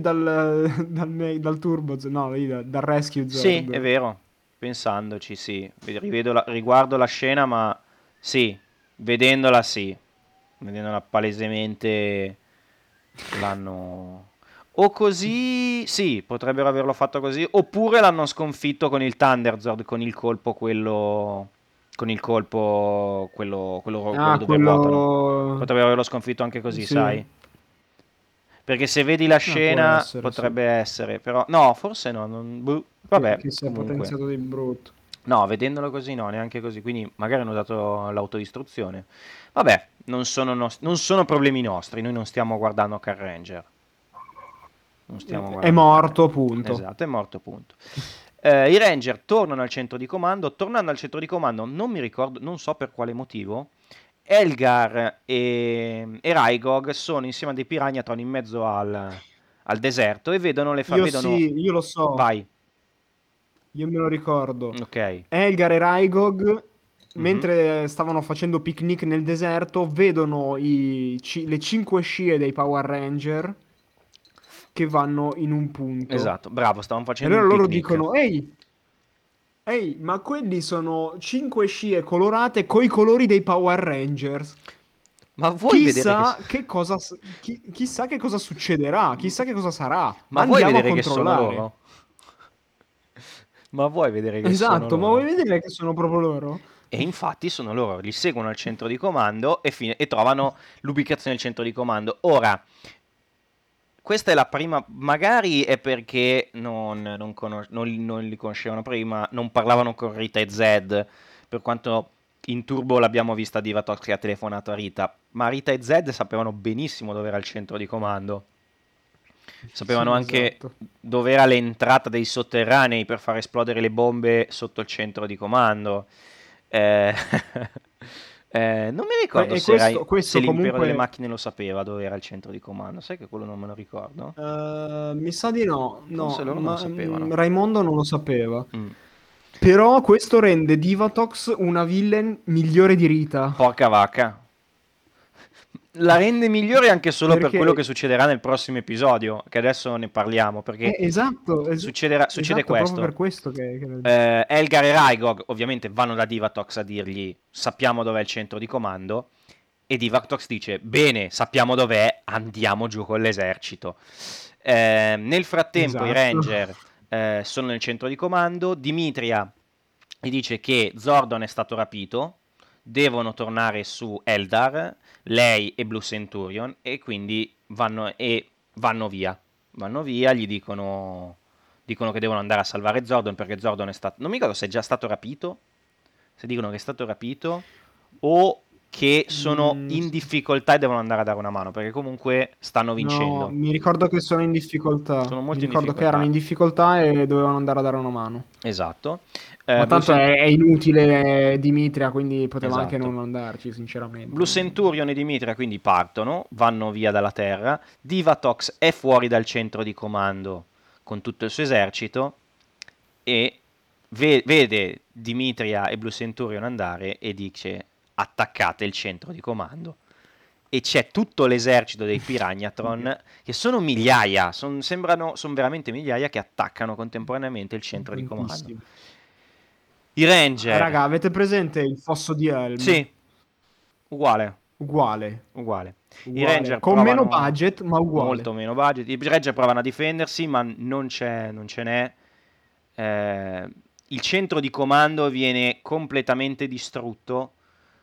Speaker 2: dal Turbo. No, dal Rescue
Speaker 1: Sì, è
Speaker 2: Zord.
Speaker 1: vero. Pensandoci, sì. Riguardo la scena, ma sì. Vedendola, sì. Vedendola palesemente l'hanno. O così, sì, potrebbero averlo fatto così. Oppure l'hanno sconfitto con il Thunderzord, con il colpo quello. Con il colpo quello
Speaker 2: Ah,
Speaker 1: dove ruotano.
Speaker 2: quello.
Speaker 1: Potrebbero averlo sconfitto anche così,
Speaker 2: Sì.
Speaker 1: sai? Perché se vedi la
Speaker 2: Può
Speaker 1: scena
Speaker 2: essere, sì.
Speaker 1: potrebbe essere, però no, forse no, vabbè,
Speaker 2: Che si è
Speaker 1: comunque.
Speaker 2: potenziato di brutto.
Speaker 1: No, vedendolo così no, neanche così, quindi magari hanno dato l'autodistruzione. Vabbè, non sono problemi nostri, noi non stiamo guardando Car Ranger. Non stiamo
Speaker 2: È
Speaker 1: guardando Car
Speaker 2: morto,
Speaker 1: Ranger.
Speaker 2: punto.
Speaker 1: Esatto, è morto, punto. I Ranger tornano al centro di comando. Tornando al centro di comando, non mi ricordo, non so per quale motivo. Elgar e Raigog sono insieme a dei Piranhatron in mezzo al deserto e vedono.
Speaker 2: Io lo so.
Speaker 1: Vai,
Speaker 2: Io me lo ricordo.
Speaker 1: ok.
Speaker 2: Elgar e Raigog,
Speaker 1: Mhm.
Speaker 2: mentre stavano facendo picnic nel deserto, vedono le 5 scie dei Power Ranger che vanno in un punto.
Speaker 1: Esatto, bravo, stavano
Speaker 2: E
Speaker 1: facendo
Speaker 2: allora
Speaker 1: un
Speaker 2: loro
Speaker 1: picnic.
Speaker 2: dicono: Ehi, ehi, ma quelli sono 5 scie colorate coi colori dei Power Rangers.
Speaker 1: Ma vuoi vedere che...
Speaker 2: Chissà che cosa, chissà che cosa succederà, chissà che cosa sarà.
Speaker 1: Ma vuoi
Speaker 2: Andiamo a
Speaker 1: vedere che sono
Speaker 2: controllare.
Speaker 1: loro? Ma vuoi vedere che sono
Speaker 2: Esatto, ma vuoi
Speaker 1: loro?
Speaker 2: vedere che sono proprio loro?
Speaker 1: E infatti sono loro, li seguono al centro di comando e trovano l'ubicazione del centro di comando. Ora, questa è la prima, magari è perché non li conoscevano prima, non parlavano con Rita e Zed, per quanto in Turbo l'abbiamo vista Divatox che ha telefonato a Rita, ma Rita e Zed sapevano benissimo dove era il centro di comando, sapevano
Speaker 2: Sì,
Speaker 1: anche
Speaker 2: esatto.
Speaker 1: dove era l'entrata dei sotterranei per far esplodere le bombe sotto il centro di comando. Eh, non mi ricordo
Speaker 2: E
Speaker 1: se,
Speaker 2: questo,
Speaker 1: se
Speaker 2: questo
Speaker 1: l'impero delle
Speaker 2: comunque,
Speaker 1: macchine lo sapeva dove era il centro di comando, sai che quello non me lo ricordo?
Speaker 2: mi sa di no,
Speaker 1: Forse
Speaker 2: no,
Speaker 1: loro non lo
Speaker 2: ma
Speaker 1: sapevano.
Speaker 2: Raimondo non lo sapeva.
Speaker 1: Mm.
Speaker 2: Però questo rende Divatox una villain migliore di Rita.
Speaker 1: Porca vacca. La rende migliore anche solo per quello
Speaker 2: Perché,
Speaker 1: che succederà nel prossimo episodio, che adesso ne parliamo, perché
Speaker 2: esatto,
Speaker 1: succede
Speaker 2: esatto, proprio per
Speaker 1: questo.
Speaker 2: questo
Speaker 1: Elgar e Raigog ovviamente vanno da Divatox a dirgli sappiamo dov'è il centro di comando e Divatox dice bene, sappiamo dov'è, andiamo giù con l'esercito. Nel frattempo i
Speaker 2: Esatto.
Speaker 1: Ranger sono nel centro di comando, Dimitria gli dice che Zordon è stato rapito, devono tornare su Eldar, lei e Blue Centurion, e quindi vanno via. Vanno via, gli dicono che devono andare a salvare Zordon perché Zordon è stato... Non mi ricordo se è già stato rapito, se dicono che è stato rapito, o che sono
Speaker 2: Mm,
Speaker 1: in difficoltà e devono andare a dare una mano, perché comunque stanno
Speaker 2: no,
Speaker 1: vincendo.
Speaker 2: mi ricordo che sono in difficoltà.
Speaker 1: Sono
Speaker 2: Mi
Speaker 1: molto in
Speaker 2: ricordo che erano in
Speaker 1: difficoltà.
Speaker 2: difficoltà e dovevano andare a dare una mano.
Speaker 1: Esatto.
Speaker 2: Ma
Speaker 1: Blue
Speaker 2: tanto
Speaker 1: Cent-
Speaker 2: è inutile Dimitria, quindi poteva anche
Speaker 1: esatto.
Speaker 2: non andarci, sinceramente.
Speaker 1: Blue Centurion e Dimitria quindi partono, vanno via dalla Terra. Divatox è fuori dal centro di comando con tutto il suo esercito e vede Dimitria e Blue Centurion andare e dice attaccate il centro di comando. E c'è tutto l'esercito dei Piranhatron, che sono migliaia, sono veramente migliaia che attaccano contemporaneamente il centro di comando.
Speaker 2: Tantissimo.
Speaker 1: I Ranger,
Speaker 2: Raga, avete presente il fosso di Helm?
Speaker 1: sì, uguale,
Speaker 2: Uguale,
Speaker 1: uguale. I
Speaker 2: uguale.
Speaker 1: Ranger
Speaker 2: Con meno
Speaker 1: provano
Speaker 2: budget, ma
Speaker 1: molto
Speaker 2: uguale.
Speaker 1: meno budget. I Ranger provano a difendersi, ma non ce n'è. Il centro di comando viene completamente distrutto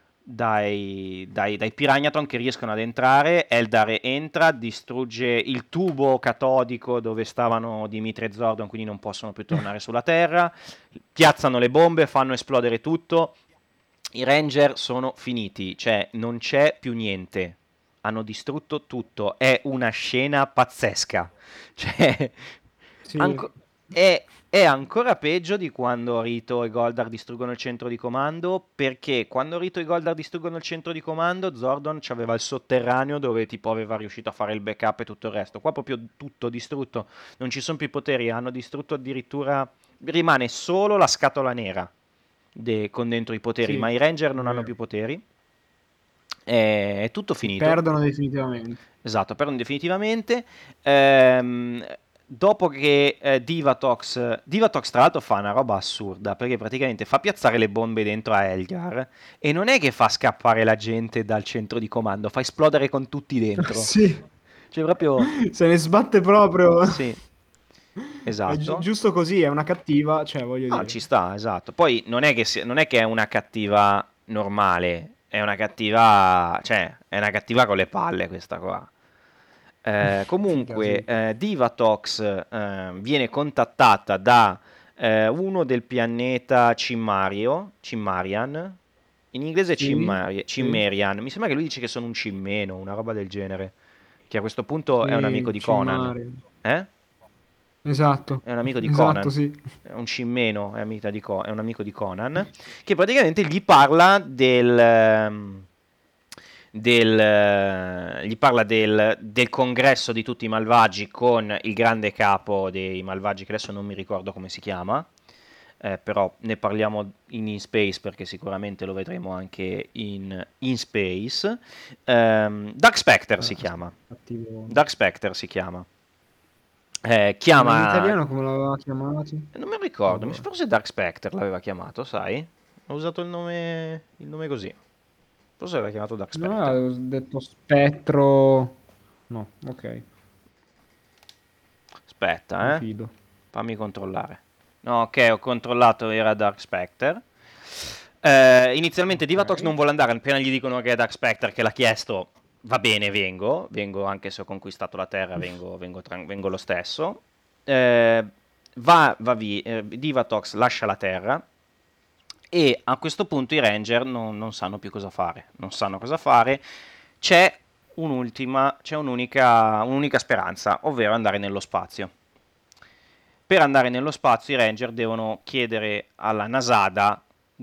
Speaker 1: dai Piranhaton che riescono ad entrare. Eldar entra, distrugge il tubo catodico dove stavano Dimitri e Zordon, quindi non possono più tornare sulla Terra. Piazzano le bombe, fanno esplodere tutto. I Ranger sono finiti, cioè non c'è più niente. Hanno distrutto tutto. È una scena pazzesca. Cioè,
Speaker 2: Sì.
Speaker 1: anco- è ancora peggio di quando Rito e Goldar distruggono il centro di comando, perché quando Rito e Goldar distruggono il centro di comando, Zordon aveva il sotterraneo dove tipo aveva riuscito a fare il backup e tutto il resto. Qua proprio tutto distrutto, non ci sono più i poteri, hanno distrutto addirittura... Rimane solo la scatola nera con dentro i poteri,
Speaker 2: Sì,
Speaker 1: ma
Speaker 2: è
Speaker 1: i Ranger non hanno
Speaker 2: vero.
Speaker 1: più poteri. È tutto
Speaker 2: Sì,
Speaker 1: finito.
Speaker 2: perdono definitivamente.
Speaker 1: Esatto, perdono definitivamente. Ehm, dopo che Divatox tra l'altro fa una roba assurda, perché praticamente fa piazzare le bombe dentro a Elgar e non è che fa scappare la gente dal centro di comando, fa esplodere con tutti dentro.
Speaker 2: Sì,
Speaker 1: Cioè proprio...
Speaker 2: se ne sbatte proprio.
Speaker 1: Sì,
Speaker 2: È
Speaker 1: esatto.
Speaker 2: giusto così, è una cattiva, cioè, voglio
Speaker 1: No, ci
Speaker 2: dire.
Speaker 1: sta, esatto. Poi non è che è una cattiva normale, è una cattiva, cioè, è una cattiva con le palle questa qua.
Speaker 2: Figa,
Speaker 1: Comunque,
Speaker 2: sì.
Speaker 1: Divatox viene contattata da uno del pianeta Cimmarian, in inglese
Speaker 2: Sì, sì,
Speaker 1: Cimmerian, mi sembra che lui dice che sono un cimmeno, una roba del genere, che a questo punto è un amico
Speaker 2: sì,
Speaker 1: di Conan.
Speaker 2: Cimare.
Speaker 1: Eh?
Speaker 2: Esatto,
Speaker 1: È un amico di
Speaker 2: esatto,
Speaker 1: Conan,
Speaker 2: sì.
Speaker 1: è un cimmeno, è un amico di Conan, che praticamente gli parla del congresso di tutti i malvagi con il grande capo dei malvagi, che adesso non mi ricordo come si chiama, però ne parliamo in Space perché sicuramente lo vedremo anche in Space. Dark Spectre si chiama.
Speaker 2: Cattivo.
Speaker 1: Dark Spectre si chiama.
Speaker 2: Ma in
Speaker 1: Chiama
Speaker 2: italiano come l'aveva chiamato?
Speaker 1: non mi ricordo,
Speaker 2: Cavolo.
Speaker 1: forse Dark Spectre l'aveva chiamato, sai? Ho usato il nome così. Forse aveva chiamato Dark
Speaker 2: No,
Speaker 1: Spectre.
Speaker 2: ho detto spettro. No, ok, mi
Speaker 1: Aspetta,
Speaker 2: fido.
Speaker 1: fammi controllare. No, ok, ho controllato, era Dark Spectre. Inizialmente
Speaker 2: Ok.
Speaker 1: Divatox non vuole andare, appena gli dicono che è Dark Spectre, che l'ha chiesto, va bene, vengo anche se ho conquistato la Terra, vengo lo stesso. Eh, va via, Divatox lascia la Terra e a questo punto i Ranger non sanno più cosa fare, non sanno cosa fare. C'è un'unica speranza, ovvero andare nello spazio. Per andare nello spazio i Ranger devono chiedere alla Nasada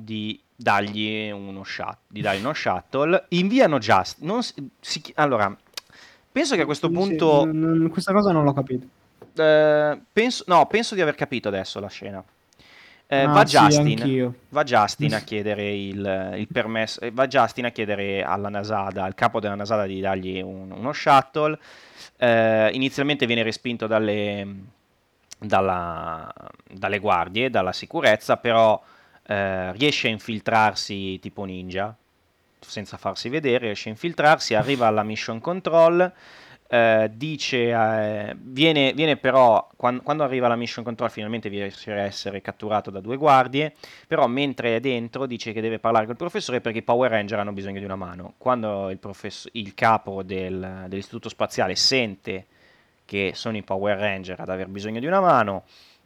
Speaker 1: di dargli uno shuttle. Inviano Justin. Allora, penso che a questo
Speaker 2: Sì, sì,
Speaker 1: punto.
Speaker 2: questa cosa non l'ho capito.
Speaker 1: Penso di aver capito adesso la scena. Va
Speaker 2: Ah, sì,
Speaker 1: Justin.
Speaker 2: anch'io.
Speaker 1: Va Justin a chiedere il permesso. Va Justin a chiedere alla Nasada, al capo della Nasada, di dargli uno shuttle. Inizialmente viene respinto dalla- dalle guardie, dalla sicurezza, però riesce a infiltrarsi tipo ninja, senza farsi vedere, riesce a infiltrarsi, arriva alla mission control, viene però, quando arriva alla mission control finalmente riesce a essere catturato da due guardie, però mentre è dentro dice che deve parlare col professore perché i Power Ranger hanno bisogno di una mano. Quando il capo dell'istituto spaziale sente che sono i Power Ranger ad aver bisogno di una mano,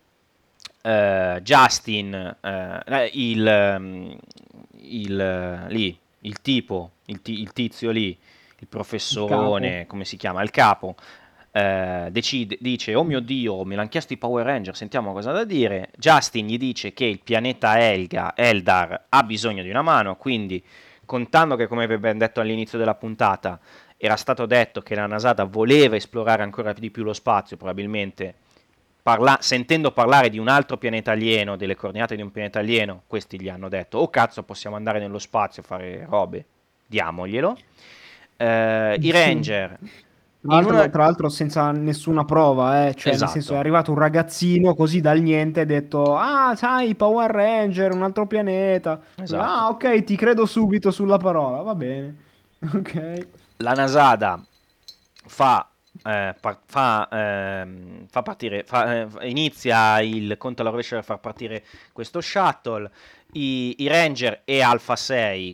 Speaker 1: Justin, il tipo, il tizio lì, il
Speaker 2: Il capo.
Speaker 1: professorone, come si chiama, il capo, dice, oh mio Dio, me l'hanno chiesto i Power Ranger, sentiamo cosa ha da dire. Justin gli dice che il pianeta Eldar ha bisogno di una mano, quindi contando che, come abbiamo detto all'inizio della puntata, era stato detto che la Nasata voleva esplorare ancora di più lo spazio, probabilmente sentendo parlare di un altro pianeta alieno, delle coordinate di un pianeta alieno, questi gli hanno detto, oh cazzo, possiamo andare nello spazio a fare robe, diamoglielo. I Ranger, in una.
Speaker 2: Tra l'altro senza nessuna prova, cioè nel senso è
Speaker 1: Esatto,
Speaker 2: arrivato un ragazzino così dal niente e ha detto, ah, sai, Power Ranger, un altro pianeta.
Speaker 1: esatto.
Speaker 2: Ah, ok, ti credo subito sulla parola, va bene. Ok.
Speaker 1: La Nasada fa partire, inizia il conto alla rovescia per far partire questo shuttle. I Ranger e Alpha 6,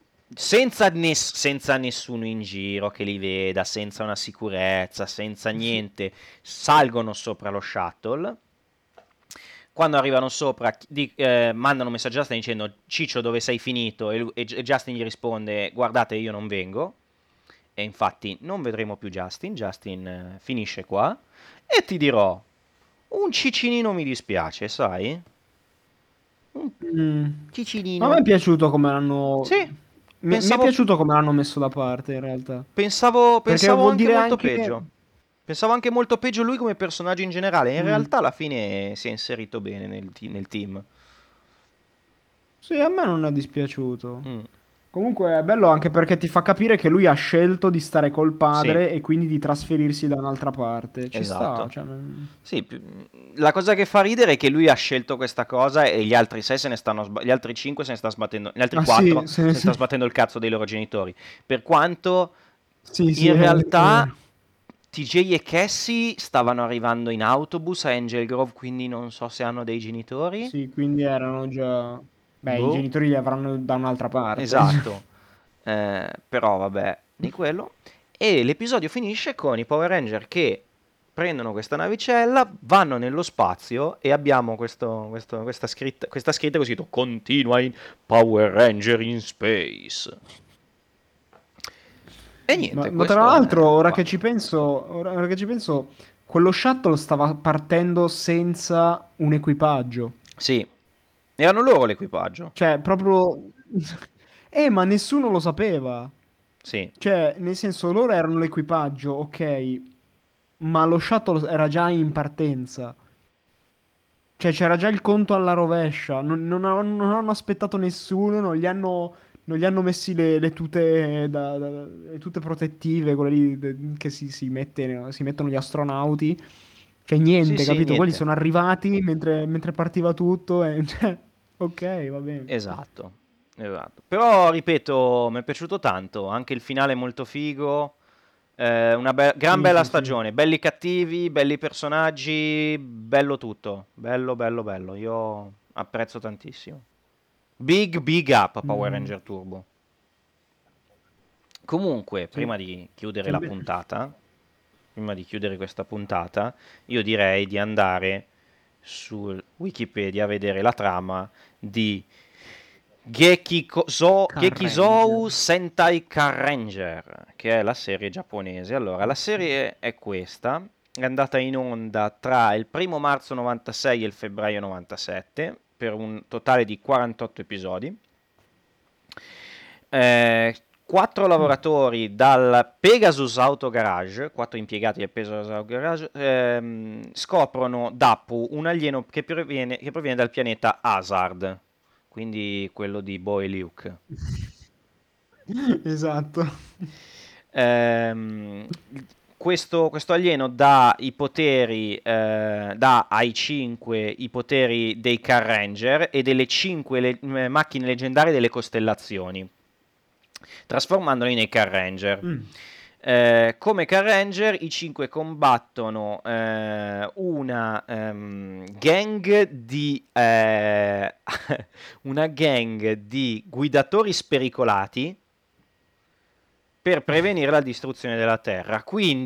Speaker 1: senza nessuno in giro che li veda, senza una sicurezza, senza niente, salgono sopra lo shuttle. Quando arrivano sopra, mandano un messaggio a Justin dicendo Ciccio dove sei finito? E Justin gli risponde guardate io non vengo. E infatti non vedremo più Justin. Justin finisce qua. E ti dirò, un cicinino mi dispiace, sai? Un
Speaker 2: Mm. Ma a me è
Speaker 1: cicinino.
Speaker 2: piaciuto come l'hanno...
Speaker 1: Sì,
Speaker 2: Mi è
Speaker 1: pensavo,
Speaker 2: piaciuto come l'hanno messo da parte, in realtà. Perché
Speaker 1: pensavo
Speaker 2: vuol
Speaker 1: anche
Speaker 2: dire
Speaker 1: molto
Speaker 2: anche...
Speaker 1: peggio. Pensavo anche molto peggio lui come personaggio in generale. In
Speaker 2: Mm.
Speaker 1: realtà alla fine si è inserito bene nel team.
Speaker 2: Sì, a me non è dispiaciuto.
Speaker 1: Mm,
Speaker 2: Comunque è bello anche perché ti fa capire che lui ha scelto di stare col
Speaker 1: sì,
Speaker 2: padre e quindi di trasferirsi da un'altra parte. Ci sta,
Speaker 1: esatto.
Speaker 2: cioè,
Speaker 1: Sì, la cosa che fa ridere è che lui ha scelto questa cosa e gli altri 6 gli altri 5 se ne sta sbattendo, gli altri
Speaker 2: Ah
Speaker 1: 4
Speaker 2: sì,
Speaker 1: se ne sta sbattendo il cazzo dei loro genitori. Per quanto
Speaker 2: sì, sì,
Speaker 1: in
Speaker 2: è
Speaker 1: realtà
Speaker 2: vero.
Speaker 1: TJ e Cassie stavano arrivando in autobus a Angel Grove, quindi non so se hanno dei genitori.
Speaker 2: Sì, quindi erano già... Beh, i
Speaker 1: Boh,
Speaker 2: genitori li avranno da un'altra parte.
Speaker 1: esatto. Però vabbè, di quello. E l'episodio finisce con i Power Ranger che prendono questa navicella, vanno nello spazio e abbiamo questa scritta così, continua in Power Ranger in Space. E niente,
Speaker 2: Ma tra
Speaker 1: questo
Speaker 2: l'altro,
Speaker 1: è quanto.
Speaker 2: ora che ci penso, quello shuttle stava partendo senza un equipaggio.
Speaker 1: Sì, erano loro l'equipaggio.
Speaker 2: Cioè, proprio... ma nessuno lo sapeva.
Speaker 1: Sì,
Speaker 2: Cioè, nel senso, loro erano l'equipaggio, ok, ma lo shuttle era già in partenza. Cioè, c'era già il conto alla rovescia. Non hanno aspettato nessuno, non gli hanno messi le tute, le tute protettive, quelle lì che si mettono gli astronauti. Cioè,
Speaker 1: sì,
Speaker 2: niente,
Speaker 1: sì,
Speaker 2: capito? Quelli
Speaker 1: niente.
Speaker 2: sono arrivati mentre partiva tutto e... Cioè, ok, va bene.
Speaker 1: Esatto. Esatto. Però, ripeto, mi è piaciuto tanto, anche il finale è molto figo, una gran
Speaker 2: Sì,
Speaker 1: bella
Speaker 2: sì, sì.
Speaker 1: stagione, belli cattivi, belli personaggi, bello tutto, bello, bello, bello, io apprezzo tantissimo. Big, big up a Power
Speaker 2: Mm,
Speaker 1: Ranger Turbo. Comunque,
Speaker 2: sì.
Speaker 1: prima di chiudere questa puntata, io direi di andare su Wikipedia a vedere la trama di
Speaker 2: Car
Speaker 1: Gekizou
Speaker 2: Ranger.
Speaker 1: Sentai Car Ranger, che è la serie giapponese. Allora, la
Speaker 2: Ok.
Speaker 1: serie è questa, è andata in onda tra il 1° marzo 96 e il febbraio 97, per un totale di 48 episodi. Quattro
Speaker 2: Mm.
Speaker 1: lavoratori dal Pegasus Auto Garage, quattro impiegati del Pegasus Auto Garage, scoprono Dappu, un alieno che proviene dal pianeta Hazard, quindi quello di Bo e Luke.
Speaker 2: Esatto.
Speaker 1: Ehm, questo alieno dà i poteri, dà ai 5 i poteri dei Car Ranger e delle 5 macchine leggendarie delle costellazioni, trasformandoli nei Car Ranger.
Speaker 2: Mm.
Speaker 1: Come Car Ranger i 5 combattono una gang di una gang di guidatori spericolati per prevenire la distruzione della Terra.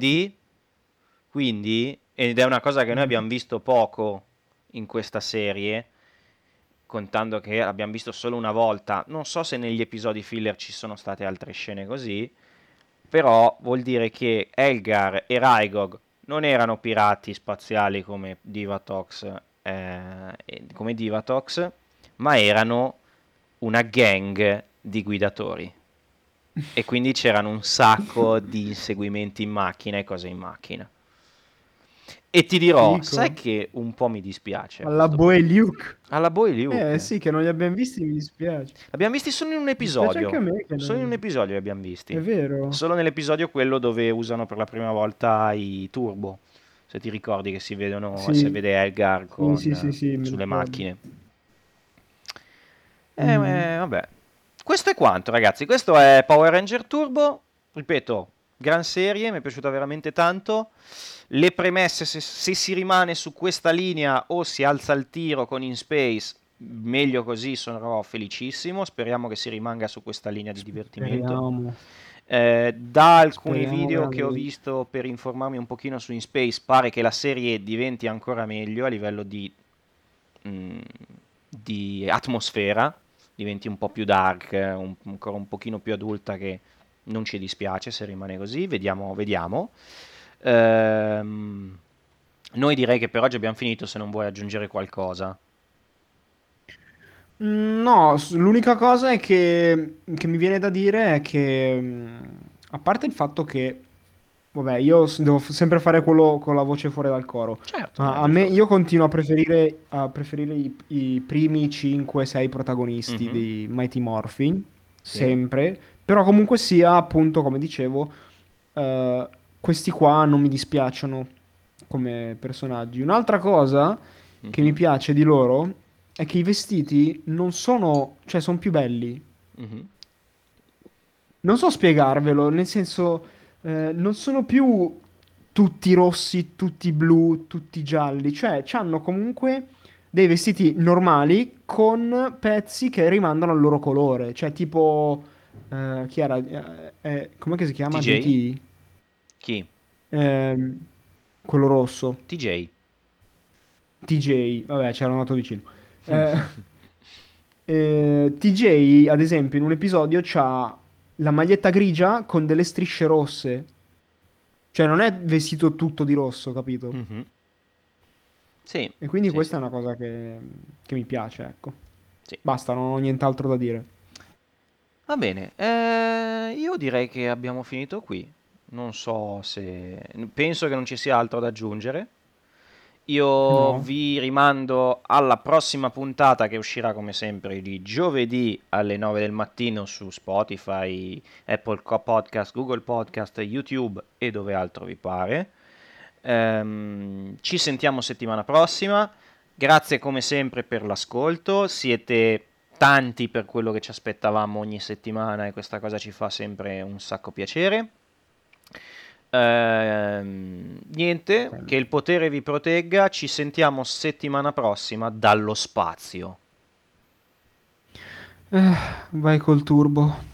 Speaker 1: Quindi, ed è una cosa che noi
Speaker 2: Mhm.
Speaker 1: abbiamo visto poco in questa serie, contando che l'abbiamo visto solo una volta, non so se negli episodi filler ci sono state altre scene così, però vuol dire che Elgar e Raigog non erano pirati spaziali come Divatox, ma erano una gang di guidatori. E quindi c'erano un sacco di inseguimenti in macchina e cose in macchina. E ti dirò, sai
Speaker 2: Fico.
Speaker 1: che un po' mi dispiace a
Speaker 2: Alla
Speaker 1: questo
Speaker 2: Boy
Speaker 1: punto.
Speaker 2: Luke.
Speaker 1: Alla Boy Luke.
Speaker 2: Sì, che non li abbiamo visti, mi dispiace.
Speaker 1: L'abbiamo visti solo in un
Speaker 2: Mi dispiace anche a
Speaker 1: episodio.
Speaker 2: me che
Speaker 1: Solo in un
Speaker 2: non...
Speaker 1: episodio li abbiamo
Speaker 2: È
Speaker 1: visti.
Speaker 2: vero.
Speaker 1: Solo nell'episodio quello dove usano per la prima volta i turbo. Se ti ricordi che si vedono, si
Speaker 2: Sì,
Speaker 1: vede Elgar
Speaker 2: sì, sì, sì, sì, mi
Speaker 1: sulle
Speaker 2: ricordo.
Speaker 1: macchine.
Speaker 2: Mm.
Speaker 1: Vabbè. Questo è quanto, ragazzi. Questo è Power Ranger Turbo. Ripeto, gran serie, mi è piaciuta veramente tanto. Le premesse, se si rimane su questa linea o si alza il tiro con In Space, meglio così, sono felicissimo. Speriamo che si rimanga su questa linea di divertimento.
Speaker 2: Speriamo,
Speaker 1: Da alcuni
Speaker 2: speriamo
Speaker 1: video che ho
Speaker 2: veramente.
Speaker 1: visto per informarmi un pochino su In Space, pare che la serie diventi ancora meglio a livello mh, di atmosfera, diventi un po' più dark, ancora un pochino più adulta, che non ci dispiace se rimane così, vediamo, vediamo. Ehm, Noi direi che per oggi abbiamo finito, se non vuoi aggiungere qualcosa.
Speaker 2: No, l'unica cosa è che mi viene da dire è che, a parte il fatto che, vabbè, io devo sempre fare quello con la voce fuori dal coro,
Speaker 1: Certo, no,
Speaker 2: ma
Speaker 1: è
Speaker 2: a me,
Speaker 1: giusto così.
Speaker 2: io continuo a preferire i primi 5-6 protagonisti
Speaker 1: Mhm,
Speaker 2: di Mighty Morphin,
Speaker 1: sì.
Speaker 2: sempre, però comunque sia, appunto, come dicevo, eh, questi qua non mi dispiacciono come personaggi. Un'altra cosa che mi
Speaker 1: Mhm,
Speaker 2: piace di loro è che i vestiti non sono, cioè sono più belli.
Speaker 1: mhm.
Speaker 2: Non so spiegarvelo, nel senso, non sono più tutti rossi, tutti blu, tutti gialli, cioè hanno comunque dei vestiti normali con pezzi che rimandano al loro colore, cioè tipo, chi era? Com'è che si chiama?
Speaker 1: TJ?
Speaker 2: JT?
Speaker 1: Chi?
Speaker 2: Ehm, quello rosso.
Speaker 1: TJ.
Speaker 2: TJ, vabbè, c'era andato vicino. Eh, TJ, ad esempio, in un episodio c'ha la maglietta grigia con delle strisce rosse. Cioè, non è vestito tutto di rosso, capito?
Speaker 1: Mhm. Sì,
Speaker 2: E quindi
Speaker 1: sì,
Speaker 2: questa
Speaker 1: sì,
Speaker 2: è una cosa che mi piace, ecco.
Speaker 1: sì.
Speaker 2: Basta, non ho nient'altro da dire.
Speaker 1: Va bene, io direi che abbiamo finito qui. Non so se... Penso che non ci sia altro da aggiungere. Io
Speaker 2: No?
Speaker 1: vi rimando alla prossima puntata, che uscirà come sempre di giovedì alle 9 del mattino su Spotify, Apple Podcast, Google Podcast, YouTube e dove altro vi pare. Ci sentiamo settimana prossima. Grazie come sempre per l'ascolto. Siete tanti per quello che ci aspettavamo ogni settimana e questa cosa ci fa sempre un sacco piacere. Niente, che il potere vi protegga, ci sentiamo settimana prossima dallo spazio.
Speaker 2: Vai col turbo.